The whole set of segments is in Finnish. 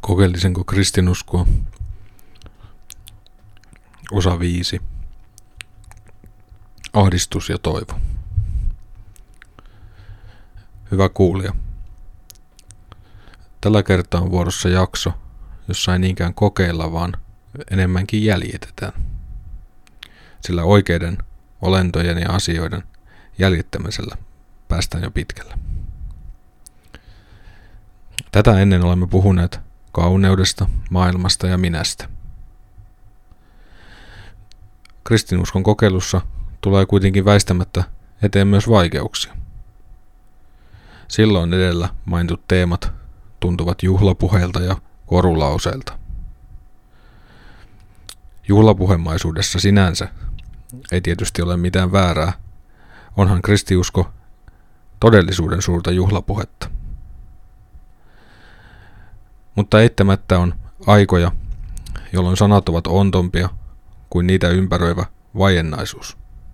Kokeellisenko kristinuskoa? Osa 5. Ahdistus ja toivo. Hyvä kuulija. Tällä kertaa on vuorossa jakso, jossa ei niinkään kokeilla, vaan enemmänkin jäljitetään. Sillä oikeiden olentojen ja asioiden jäljittämisellä päästään jo pitkälle. Tätä ennen olemme puhuneet kauneudesta, maailmasta ja minästä. Kristinuskon kokeilussa tulee kuitenkin väistämättä eteen myös vaikeuksia. Silloin edellä mainitut teemat tuntuvat juhlapuheilta ja korulauseilta. Juhlapuhemaisuudessa sinänsä ei tietysti ole mitään väärää, onhan kristiusko todellisuuden suurta juhlapuhetta. Mutta eittämättä on aikoja, jolloin sanat ovat ontompia kuin niitä ympäröivä vaiennaisuus.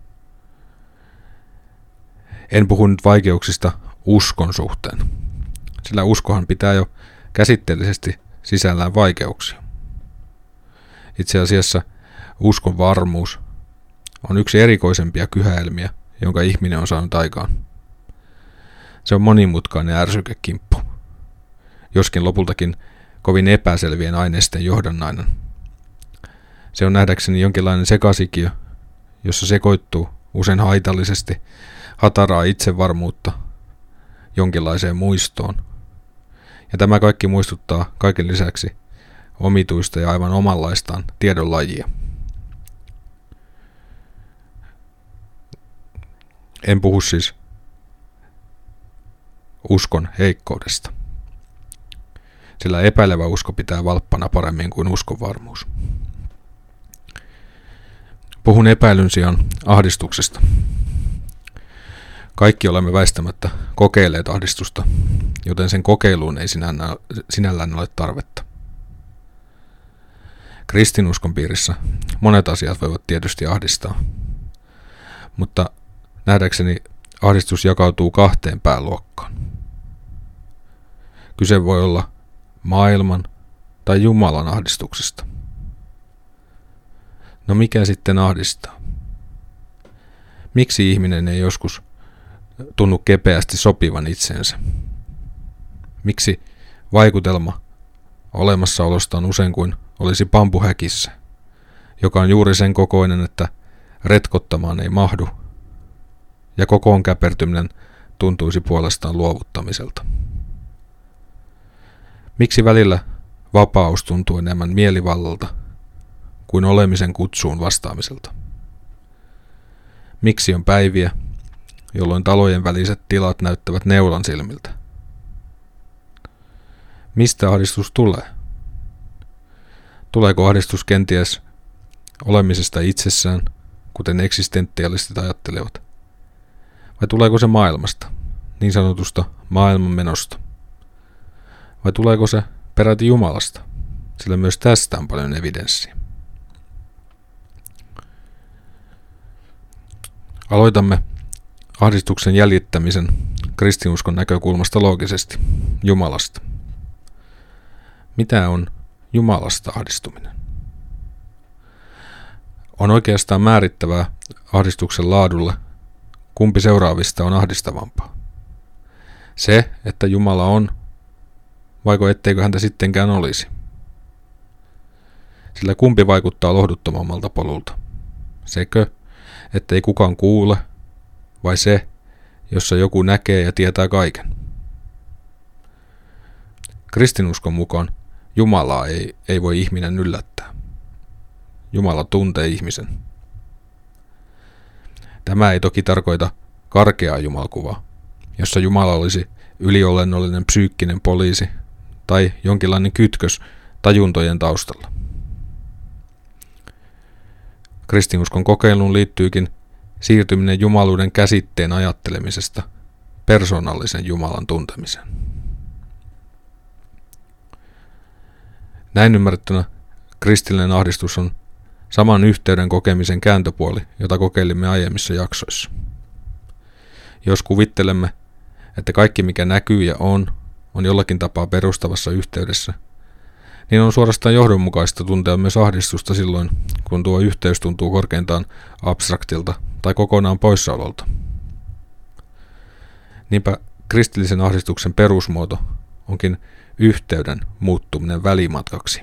En puhu nyt vaikeuksista uskon suhteen, sillä uskohan pitää jo käsitteellisesti sisällään vaikeuksia. Itse asiassa uskon varmuus on yksi erikoisempia kyhäelmiä, jonka ihminen on saanut aikaan. Se on monimutkainen ärsykekimppu, joskin lopultakin kovin epäselvien aineisten johdannainen. Se on nähdäkseni jonkinlainen sekasikiö, jossa sekoittuu usein haitallisesti hataraa itsevarmuutta jonkinlaiseen muistoon. Ja tämä kaikki muistuttaa kaiken lisäksi omituista ja aivan omanlaistaan tiedonlajia. En puhu siis uskon heikkoudesta, sillä epäilevä usko pitää valppana paremmin kuin uskon varmuus. Puhun epäilyn sijaan ahdistuksesta. Kaikki olemme väistämättä kokeilleet ahdistusta, joten sen kokeiluun ei sinällään ole tarvetta. Kristinuskon piirissä monet asiat voivat tietysti ahdistaa, mutta nähdäkseni ahdistus jakautuu kahteen pääluokkaan. Kyse voi olla maailman tai Jumalan ahdistuksesta. No mikä sitten ahdistaa? Miksi ihminen ei joskus tunnu kepeästi sopivan itsensä? Miksi vaikutelma olemassaolosta on usein kuin olisi pampuhäkissä, joka on juuri sen kokoinen, että retkottamaan ei mahdu, ja kokoon käpertyminen tuntuisi puolestaan luovuttamiselta? Miksi välillä vapaus tuntuu enemmän mielivallalta kuin olemisen kutsuun vastaamiselta? Miksi on päiviä, jolloin talojen väliset tilat näyttävät neulan silmiltä? Mistä ahdistus tulee? Tuleeko ahdistus kenties olemisesta itsessään, kuten eksistentialistit ajattelevat? Vai tuleeko se maailmasta, niin sanotusta maailmanmenosta? Vai tuleeko se peräti Jumalasta, sillä myös tästä on paljon evidenssiä? Aloitamme ahdistuksen jäljittämisen kristinuskon näkökulmasta loogisesti, Jumalasta. Mitä on Jumalasta ahdistuminen? On oikeastaan määrittävää ahdistuksen laadulle, kumpi seuraavista on ahdistavampaa. Se, että Jumala on, vaiko etteikö häntä sittenkään olisi? Sillä kumpi vaikuttaa lohduttomammalta polulta? Sekö, ettei kukaan kuule, vai se, jossa joku näkee ja tietää kaiken? Kristinuskon mukaan Jumalaa ei voi ihminen yllättää. Jumala tuntee ihmisen. Tämä ei toki tarkoita karkeaa jumalkuvaa, jossa Jumala olisi yliolennollinen psyykkinen poliisi tai jonkinlainen kytkös tajuntojen taustalla. Kristinuskon kokeiluun liittyykin siirtyminen jumaluuden käsitteen ajattelemisesta persoonallisen Jumalan tuntemiseen. Näin ymmärrettynä kristillinen ahdistus on saman yhteyden kokemisen kääntöpuoli, jota kokeilimme aiemmissa jaksoissa. Jos kuvittelemme, että kaikki mikä näkyy ja on jollakin tapaa perustavassa yhteydessä, niin on suorastaan johdonmukaista tuntea myös ahdistusta silloin, kun tuo yhteys tuntuu korkeintaan abstraktilta tai kokonaan poissaololta. Niinpä kristillisen ahdistuksen perusmuoto onkin yhteyden muuttuminen välimatkaksi.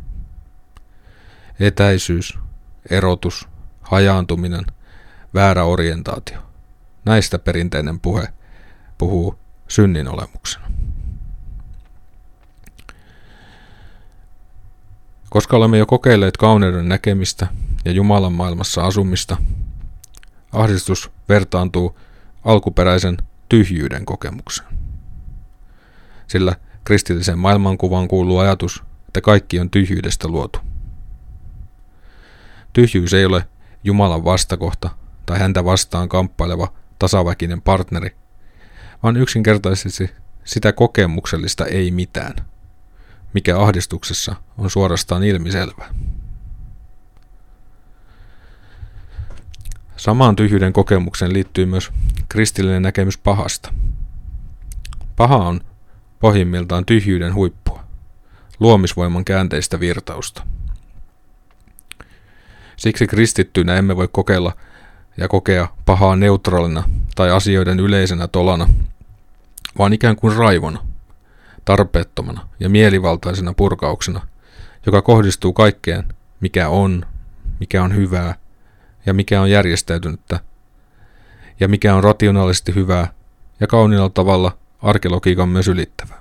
Etäisyys, erotus, hajaantuminen, väärä orientaatio. Näistä perinteinen puhe puhuu synnin olemuksena. Koska olemme jo kokeilleet kauneuden näkemistä ja Jumalan maailmassa asumista, ahdistus vertaantuu alkuperäisen tyhjyyden kokemukseen. Sillä kristilliseen maailmankuvaan kuuluu ajatus, että kaikki on tyhjyydestä luotu. Tyhjyys ei ole Jumalan vastakohta tai häntä vastaan kamppaileva tasaväkinen partneri, vaan yksinkertaisesti sitä kokemuksellista ei mitään, mikä ahdistuksessa on suorastaan ilmiselvää. Samaan tyhjyyden kokemukseen liittyy myös kristillinen näkemys pahasta. Paha on pohjimmiltaan tyhjyyden huippua, luomisvoiman käänteistä virtausta. Siksi kristittyinä emme voi kokeilla ja kokea pahaa neutraalina tai asioiden yleisenä tolana, vaan ikään kuin raivona, tarpeettomana ja mielivaltaisena purkauksena, joka kohdistuu kaikkeen, mikä on hyvää ja mikä on järjestäytynyttä ja mikä on rationaalisesti hyvää ja kauniilla tavalla arkeologiikan myös ylittävää.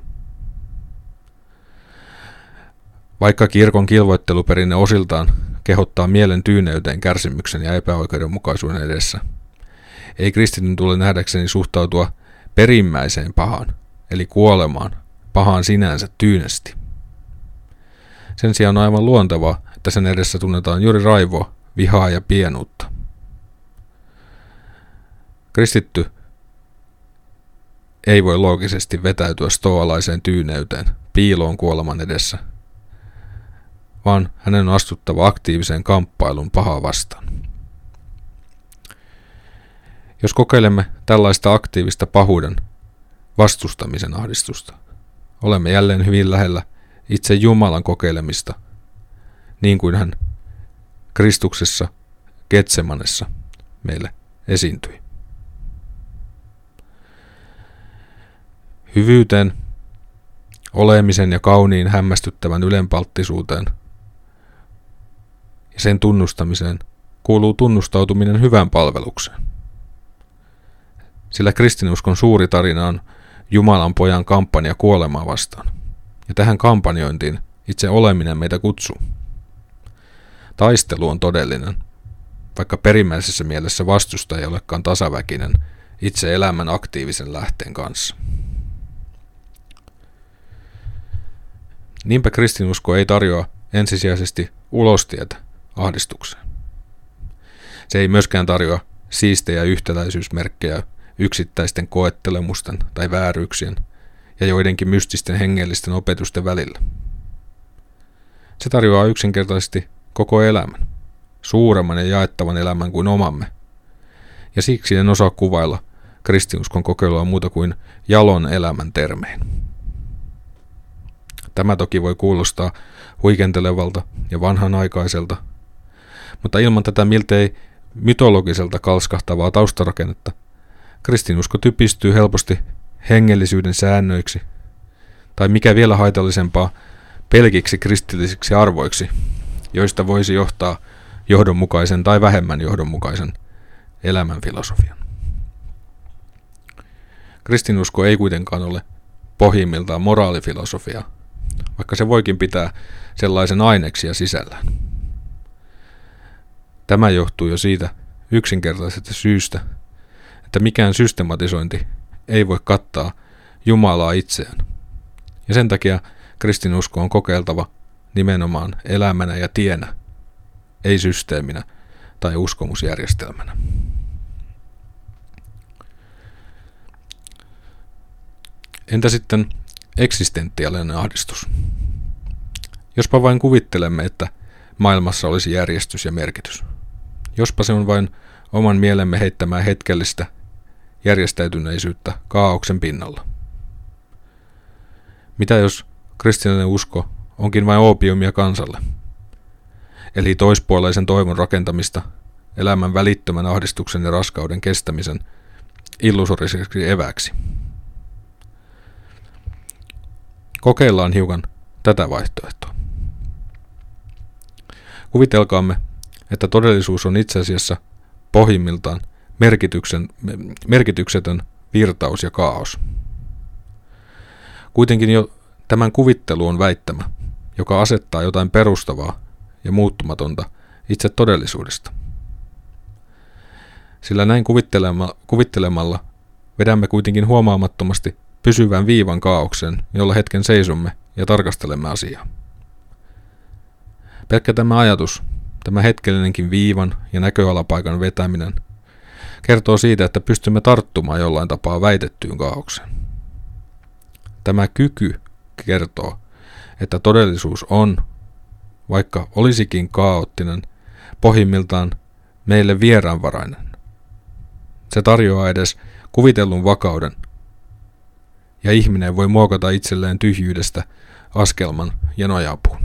Vaikka kirkon kilvoitteluperinne osiltaan kehottaa mielen tyyneyteen kärsimyksen ja epäoikeudenmukaisuuden edessä, ei kristityn tule nähdäkseni suhtautua perimmäiseen pahaan, eli kuolemaan, pahaan sinänsä tyynesti. Sen sijaan on aivan luontevaa, että sen edessä tunnetaan juuri raivoa, vihaa ja pienuutta. Kristitty ei voi loogisesti vetäytyä stoalaiseen tyyneyteen piiloon kuoleman edessä, vaan hänen on astuttava aktiiviseen kamppailuun pahaa vastaan. Jos kokeilemme tällaista aktiivista pahuuden vastustamisen ahdistusta, olemme jälleen hyvin lähellä itse Jumalan kokeilemista, niin kuin hän Kristuksessa Getsemanessa meille esiintyi. Hyvyyteen, olemisen ja kauniin hämmästyttävän ylenpalttisuuteen ja sen tunnustamiseen kuuluu tunnustautuminen hyvän palvelukseen. Sillä kristinuskon suuri tarina on Jumalan pojan kampanja kuolemaa vastaan. Ja tähän kampanjointiin itse oleminen meitä kutsuu. Taistelu on todellinen, vaikka perimmäisessä mielessä vastustaja ei olekaan tasaväkinen itse elämän aktiivisen lähteen kanssa. Niinpä kristinusko ei tarjoa ensisijaisesti ulostietä ahdistukseen. Se ei myöskään tarjoa siistejä yhtäläisyysmerkkejä yksittäisten koettelemusten tai vääryyksien ja joidenkin mystisten hengellisten opetusten välillä. Se tarjoaa yksinkertaisesti koko elämän, suuremman ja jaettavan elämän kuin omamme, ja siksi en osaa kuvailla kristinuskon kokeilua muuta kuin jalon elämän termein. Tämä toki voi kuulostaa huikentelevalta ja vanhanaikaiselta, mutta ilman tätä miltei mytologiselta kalskahtavaa taustarakennetta kristinusko typistyy helposti hengellisyyden säännöiksi, tai mikä vielä haitallisempaa, pelkiksi kristillisiksi arvoiksi, joista voisi johtaa johdonmukaisen tai vähemmän johdonmukaisen elämänfilosofian. Kristinusko ei kuitenkaan ole pohjimmiltaan moraalifilosofia, vaikka se voikin pitää sellaisen aineksia sisällään. Tämä johtuu jo siitä yksinkertaisesta syystä, että mikään systematisointi ei voi kattaa Jumalaa itseään. Ja sen takia kristinusko on kokeiltava nimenomaan elämänä ja tienä, ei systeeminä tai uskomusjärjestelmänä. Entä sitten eksistentiaalinen ahdistus? Jospa vain kuvittelemme, että maailmassa olisi järjestys ja merkitys. Jospa se on vain oman mielemme heittämää hetkellistä järjestäytyneisyyttä kaaoksen pinnalla. Mitä jos kristillinen usko onkin vain oopiumia kansalle, eli toispuoleisen toivon rakentamista elämän välittömän ahdistuksen ja raskauden kestämisen illusoriseksi eväksi. Kokeillaan hiukan tätä vaihtoehtoa. Kuvitelkaamme, että todellisuus on itse asiassa pohjimmiltaan merkityksetön virtaus ja kaos. Kuitenkin jo tämän kuvittelu on väittämä, joka asettaa jotain perustavaa ja muuttumatonta itse todellisuudesta. Sillä näin kuvittelemalla vedämme kuitenkin huomaamattomasti pysyvän viivan kaaokseen, jolla hetken seisomme ja tarkastelemme asiaa. Pelkkä tämä ajatus, tämä hetkellinenkin viivan ja näköalapaikan vetäminen, kertoo siitä, että pystymme tarttumaan jollain tapaa väitettyyn kaaokseen. Tämä kyky kertoo, että todellisuus on, vaikka olisikin kaoottinen, pohjimmiltaan meille vieraanvarainen. Se tarjoaa edes kuvitellun vakauden, ja ihminen voi muokata itselleen tyhjyydestä askelman ja nojapuun.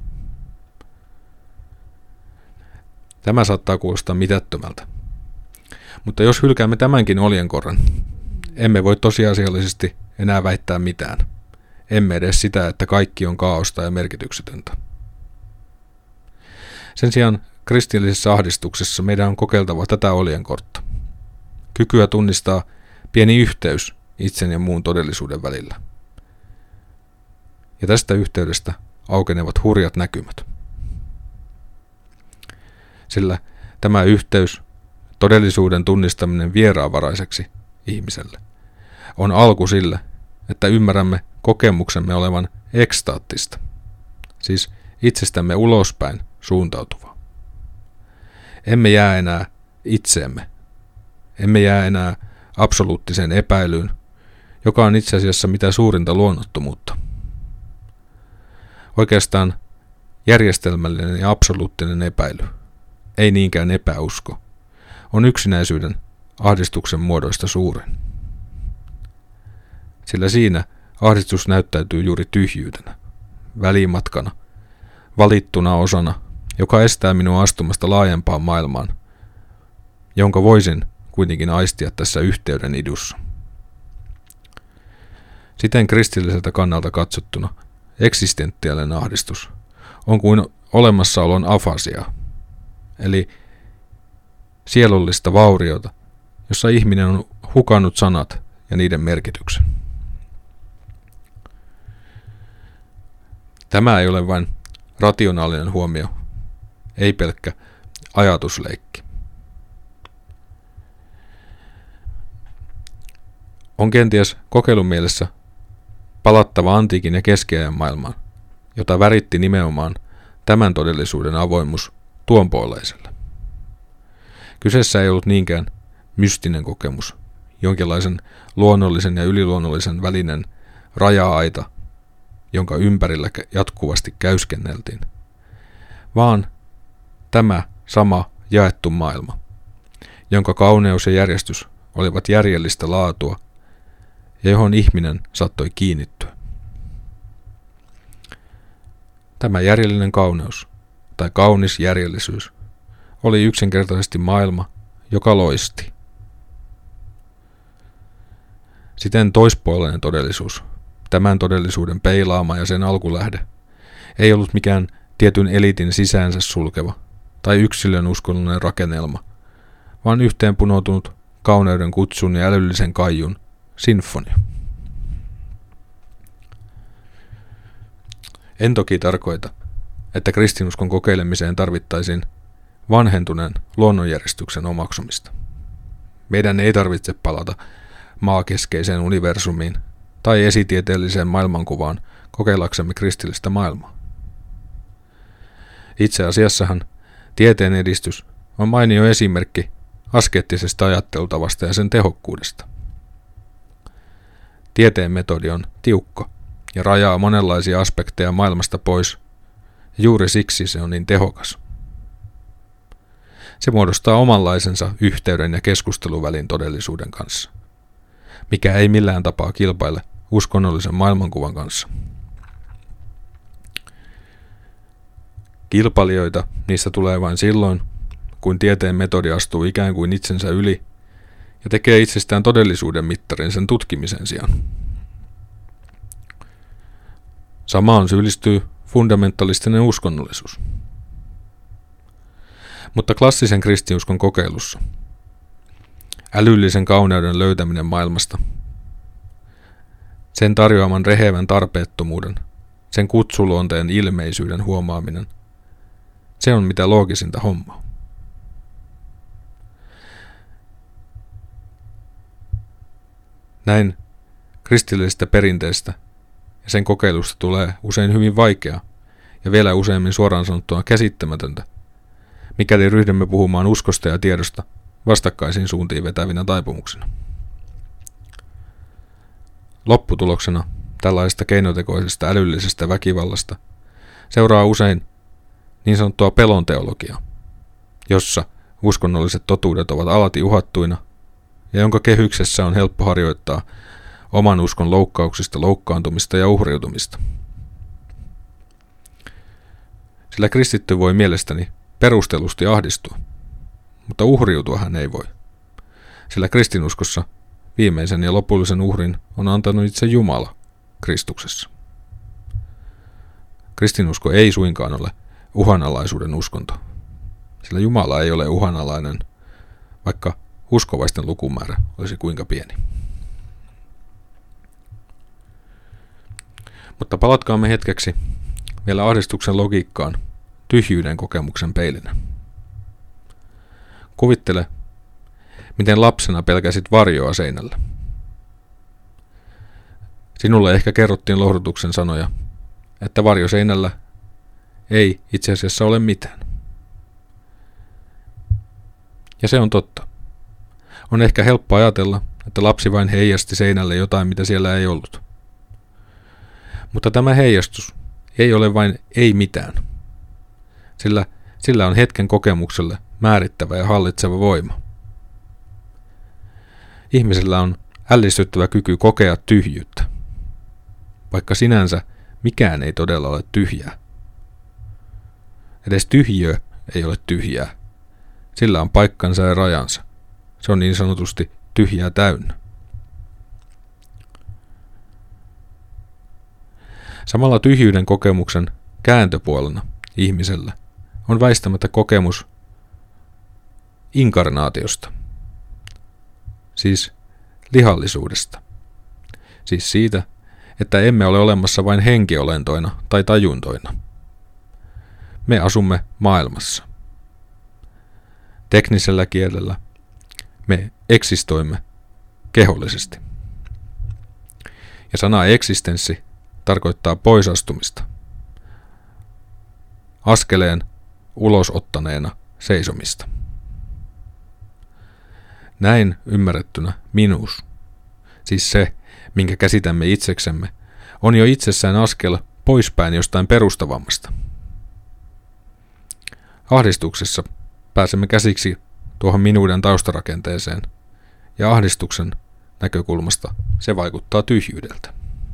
Tämä saattaa kuulostaa mitättömältä. Mutta jos hylkäämme tämänkin oljenkorren, emme voi tosiasiallisesti enää väittää mitään. Emme edes sitä, että kaikki on kaaosta ja merkityksetöntä. Sen sijaan kristillisessä ahdistuksessa meidän on kokeiltava tätä oljenkortta. Kykyä tunnistaa pieni yhteys itsen ja muun todellisuuden välillä. Ja tästä yhteydestä aukenevat hurjat näkymät. Sillä tämä yhteys, todellisuuden tunnistaminen vieraanvaraiseksi ihmiselle, on alku sille, että ymmärrämme kokemuksemme olevan ekstaattista, siis itsestämme ulospäin suuntautuvaa. Emme jää enää itseemme, emme jää enää absoluuttiseen epäilyyn, joka on itse asiassa mitä suurinta luonnottomuutta. Oikeastaan järjestelmällinen ja absoluuttinen epäily, ei niinkään epäusko, on yksinäisyyden ahdistuksen muodoista suurin. Sillä siinä ahdistus näyttäytyy juuri tyhjyytenä, välimatkana, valittuna osana, joka estää minua astumasta laajempaan maailmaan, jonka voisin kuitenkin aistia tässä yhteyden idussa. Siten kristilliseltä kannalta katsottuna eksistentiaalinen ahdistus on kuin olemassaolon afasiaa, eli sielullista vauriota, jossa ihminen on hukannut sanat ja niiden merkityksen. Tämä ei ole vain rationaalinen huomio, ei pelkkä ajatusleikki. On kenties kokeilun mielessä palattava antiikin ja keskiajan maailmaan, jota väritti nimenomaan tämän todellisuuden avoimuus tuonpuoleiselle. Kyseessä ei ollut niinkään mystinen kokemus, jonkinlaisen luonnollisen ja yliluonnollisen välinen raja-aita, jonka ympärillä jatkuvasti käyskenneltiin, vaan tämä sama jaettu maailma, jonka kauneus ja järjestys olivat järjellistä laatua ja johon ihminen saattoi kiinnittyä. Tämä järjellinen kauneus, tai kaunis järjellisyys, oli yksinkertaisesti maailma, joka loisti. Siten toispuolinen todellisuus, tämän todellisuuden peilaama ja sen alkulähde, ei ollut mikään tietyn eliitin sisäänsä sulkeva tai yksilön uskonnollinen rakennelma, vaan yhteen punoutunut kauneuden kutsun ja älyllisen kaijun sinfonia. En toki tarkoita, että kristinuskon kokeilemiseen tarvittaisiin vanhentuneen luonnonjärjestyksen omaksumista. Meidän ei tarvitse palata maakeskeiseen universumiin tai esitieteelliseen maailmankuvaan kokeillaksemme kristillistä maailmaa. Itse asiassahan tieteen edistys on mainio esimerkki askeettisesta ajattelutavasta ja sen tehokkuudesta. Tieteen metodi on tiukka ja rajaa monenlaisia aspekteja maailmasta pois, ja juuri siksi se on niin tehokas. Se muodostaa omanlaisensa yhteyden ja keskusteluvälin todellisuuden kanssa, mikä ei millään tapaa kilpaile uskonnollisen maailmankuvan kanssa. Kilpailijoita niistä tulee vain silloin, kun tieteen metodi astuu ikään kuin itsensä yli ja tekee itsestään todellisuuden mittarin sen tutkimisen sijaan. Samaan syyllistyy fundamentalistinen uskonnollisuus. Mutta klassisen kristinuskon kokeilussa älyllisen kauneuden löytäminen maailmasta, sen tarjoaman rehevän tarpeettomuuden, sen kutsuluonteen ilmeisyyden huomaaminen, se on mitä loogisinta hommaa. Näin kristillisestä perinteestä ja sen kokeilusta tulee usein hyvin vaikeaa ja vielä useammin suoraan sanottuna käsittämätöntä, mikäli ryhdymme puhumaan uskosta ja tiedosta vastakkaisiin suuntiin vetävinä taipumuksina. Lopputuloksena tällaisesta keinotekoisesta älyllisestä väkivallasta seuraa usein niin sanottua pelonteologiaa, jossa uskonnolliset totuudet ovat alati uhattuina ja jonka kehyksessä on helppo harjoittaa oman uskon loukkauksista, loukkaantumista ja uhriutumista. Sillä kristitty voi mielestäni perustellusti ahdistua, mutta uhriutua hän ei voi, sillä kristinuskossa viimeisen ja lopullisen uhrin on antanut itse Jumala Kristuksessa. Kristinusko ei suinkaan ole uhanalaisuuden uskonto, sillä Jumala ei ole uhanalainen, vaikka uskovaisten lukumäärä olisi kuinka pieni. Mutta palatkaamme hetkeksi vielä ahdistuksen logiikkaan tyhjyyden kokemuksen peilinä. Kuvittele, miten lapsena pelkäsit varjoa seinällä. Sinulle ehkä kerrottiin lohdutuksen sanoja, että varjo seinällä ei itse asiassa ole mitään. Ja se on totta. On ehkä helppo ajatella, että lapsi vain heijasti seinälle jotain, mitä siellä ei ollut. Mutta tämä heijastus ei ole vain ei mitään, sillä on hetken kokemukselle määrittävä ja hallitseva voima. Ihmisellä on ällistyttävä kyky kokea tyhjyyttä, vaikka sinänsä mikään ei todella ole tyhjää. Edes tyhjiö ei ole tyhjää, sillä on paikkansa ja rajansa. Se on niin sanotusti tyhjää täynnä. Samalla tyhjyyden kokemuksen kääntöpuolena ihmisellä on väistämättä kokemus inkarnaatiosta, siis lihallisuudesta, siis siitä, että emme ole olemassa vain henkiolentoina tai tajuntoina. Me asumme maailmassa. Teknisellä kielellä me eksistoimme kehollisesti. Ja sana eksistenssi tarkoittaa poisastumista, askeleen ulosottaneena seisomista. Näin ymmärrettynä minuus, siis se, minkä käsitämme itseksemme, on jo itsessään askel poispäin jostain perustavammasta. Ahdistuksessa pääsemme käsiksi tuohon minuuden taustarakenteeseen, ja ahdistuksen näkökulmasta se vaikuttaa tyhjyydeltä.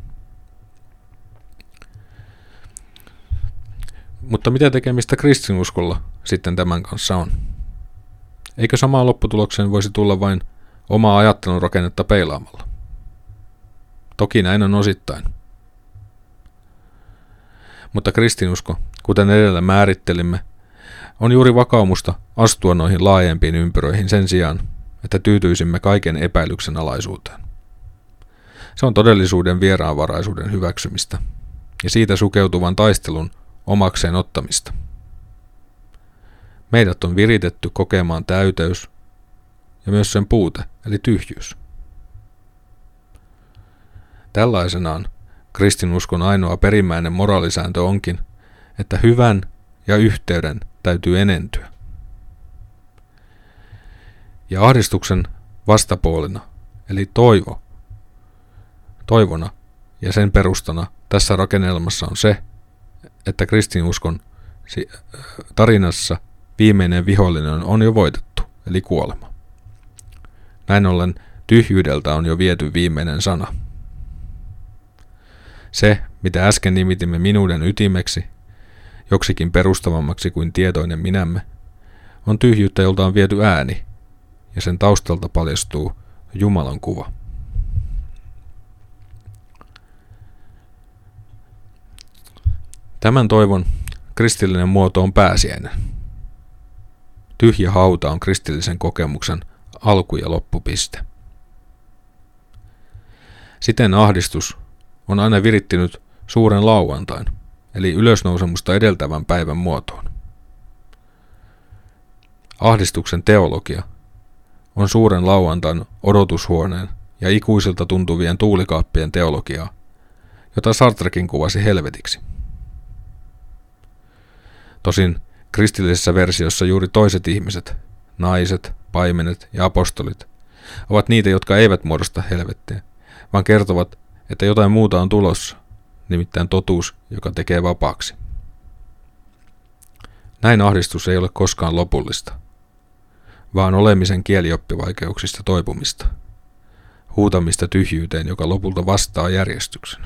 Mutta mitä tekemistä kristinuskolla sitten tämän kanssa on? Eikö samaan lopputulokseen voisi tulla vain omaa ajattelun rakennetta peilaamalla? Toki näin on osittain. Mutta kristinusko, kuten edellä määrittelimme, on juuri vakaumusta astua noihin laajempiin ympyröihin sen sijaan, että tyytyisimme kaiken epäilyksen alaisuuteen. Se on todellisuuden vieraanvaraisuuden hyväksymistä ja siitä sukeutuvan taistelun omakseen ottamista. Meidät on viritetty kokemaan täyteys ja myös sen puute, eli tyhjyys. Tällaisenaan kristinuskon ainoa perimmäinen moraalisääntö onkin, että hyvän ja yhteyden täytyy enentyä. Ja ahdistuksen vastapuolina, eli toivona ja sen perustana tässä rakennelmassa on se, että kristinuskon tarinassa viimeinen vihollinen on jo voitettu, eli kuolema. Näin ollen tyhjyydeltä on jo viety viimeinen sana. Se, mitä äsken nimitimme minuuden ytimeksi, joksikin perustavammaksi kuin tietoinen minämme, on tyhjyyttä, jolta on viety ääni, ja sen taustalta paljastuu Jumalan kuva. Tämän toivon kristillinen muoto on pääsiäinen. Tyhjä hauta on kristillisen kokemuksen alku- ja loppupiste. Siten ahdistus on aina virittynyt suuren lauantain, eli ylösnousemusta edeltävän päivän muotoon. Ahdistuksen teologia on suuren lauantain odotushuoneen ja ikuisilta tuntuvien tuulikaappien teologiaa, jota Sartrekin kuvasi helvetiksi. Tosin kristillisessä versiossa juuri toiset ihmiset, naiset, paimenet ja apostolit, ovat niitä, jotka eivät muodosta helvettiä, vaan kertovat, että jotain muuta on tulossa, nimittäin totuus, joka tekee vapaaksi. Näin ahdistus ei ole koskaan lopullista, vaan olemisen kielioppivaikeuksista toipumista, huutamista tyhjyyteen, joka lopulta vastaa järjestyksen.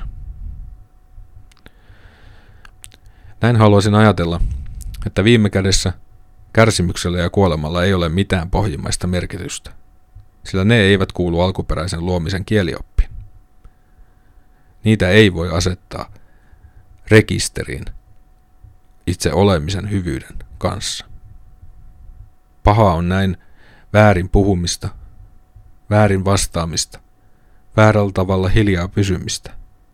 Näin haluaisin ajatella, että viime kädessä kärsimyksellä ja kuolemalla ei ole mitään pohjimmaista merkitystä, sillä ne eivät kuulu alkuperäisen luomisen kielioppiin. Niitä ei voi asettaa rekisteriin itse olemisen hyvyyden kanssa. Paha on näin väärin puhumista, väärin vastaamista, väärällä tavalla hiljaa pysymistä.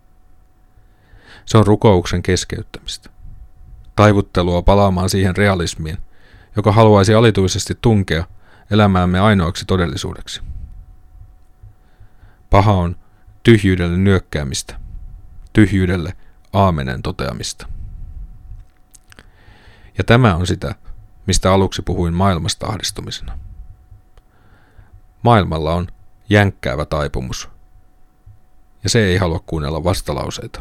Se on rukouksen keskeyttämistä, taivuttelua palaamaan siihen realismiin, joka haluaisi alituisesti tunkea elämäämme ainoaksi todellisuudeksi. Paha on tyhjyydelle nyökkäämistä, tyhjyydelle aamenen toteamista. Ja tämä on sitä, mistä aluksi puhuin maailmasta ahdistumisena. Maailmalla on jänkkäävä taipumus, ja se ei halua kuunnella vastalauseita.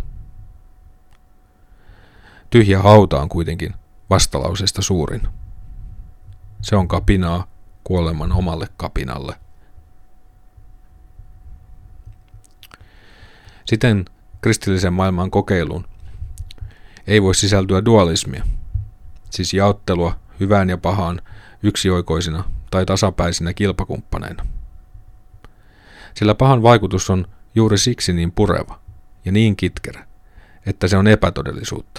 Tyhjä hauta on kuitenkin vastalauseista suurin. Se on kapinaa kuoleman omalle kapinalle. Siten kristillisen maailman kokeiluun ei voi sisältyä dualismia, siis jaottelua hyvään ja pahaan yksioikoisina tai tasapäisinä kilpakumppaneina. Sillä pahan vaikutus on juuri siksi niin pureva ja niin kitkerä, että se on epätodellisuutta.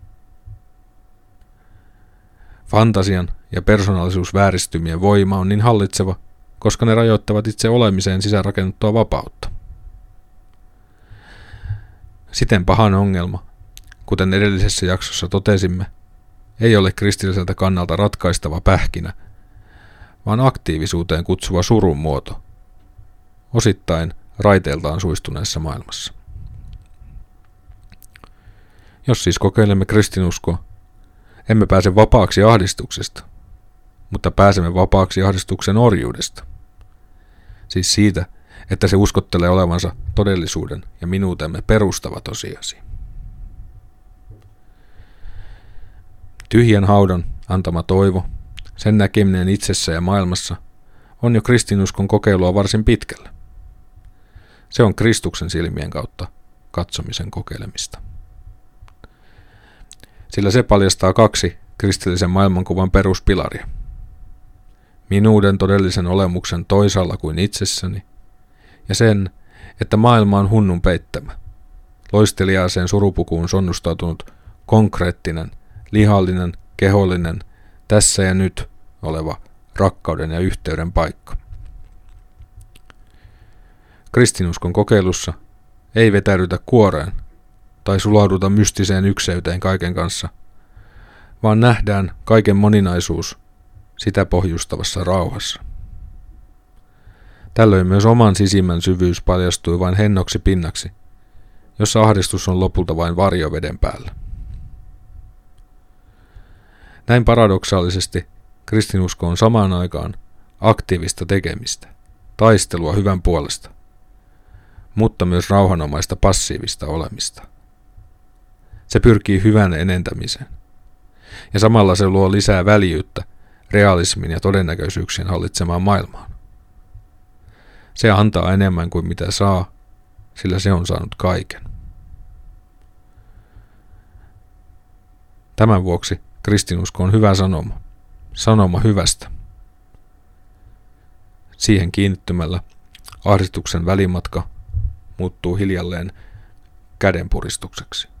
Fantasian ja persoonallisuusvääristymien voima on niin hallitseva, koska ne rajoittavat itse olemiseen sisäänrakennettua vapautta. Siten pahan ongelma, kuten edellisessä jaksossa totesimme, ei ole kristilliseltä kannalta ratkaistava pähkinä, vaan aktiivisuuteen kutsuva surun muoto, osittain raiteiltaan suistuneessa maailmassa. Jos siis kokeilemme kristinuskoa, emme pääse vapaaksi ahdistuksesta, mutta pääsemme vapaaksi ahdistuksen orjuudesta. Siis siitä, että se uskottelee olevansa todellisuuden ja minuutemme perustava tosiasia. Tyhjän haudan antama toivo, sen näkeminen itsessä ja maailmassa, on jo kristinuskon kokeilua varsin pitkällä. Se on Kristuksen silmien kautta katsomisen kokeilemista. Sillä se paljastaa kaksi kristillisen maailmankuvan peruspilaria. Minuuden todellisen olemuksen toisaalla kuin itsessäni, ja sen, että maailma on hunnun peittämä, loisteliaaseen surupukuun sonnustautunut konkreettinen, lihallinen, kehollinen, tässä ja nyt oleva rakkauden ja yhteyden paikka. Kristinuskon kokeilussa ei vetäydytä kuoreen tai sulauduta mystiseen ykseyteen kaiken kanssa, vaan nähdään kaiken moninaisuus sitä pohjustavassa rauhassa. Tällöin myös oman sisimmän syvyys paljastui vain hennoksi pinnaksi, jossa ahdistus on lopulta vain varjo veden päällä. Näin paradoksaalisesti kristinusko on samaan aikaan aktiivista tekemistä, taistelua hyvän puolesta, mutta myös rauhanomaista passiivista olemista. Se pyrkii hyvän enentämiseen, ja samalla se luo lisää väljyyttä realismin ja todennäköisyyksien hallitsemaan maailmaan. Se antaa enemmän kuin mitä saa, sillä se on saanut kaiken. Tämän vuoksi kristinusko on hyvä sanoma. Sanoma hyvästä. Siihen kiinnittymällä ahdistuksen välimatka muuttuu hiljalleen kädenpuristukseksi.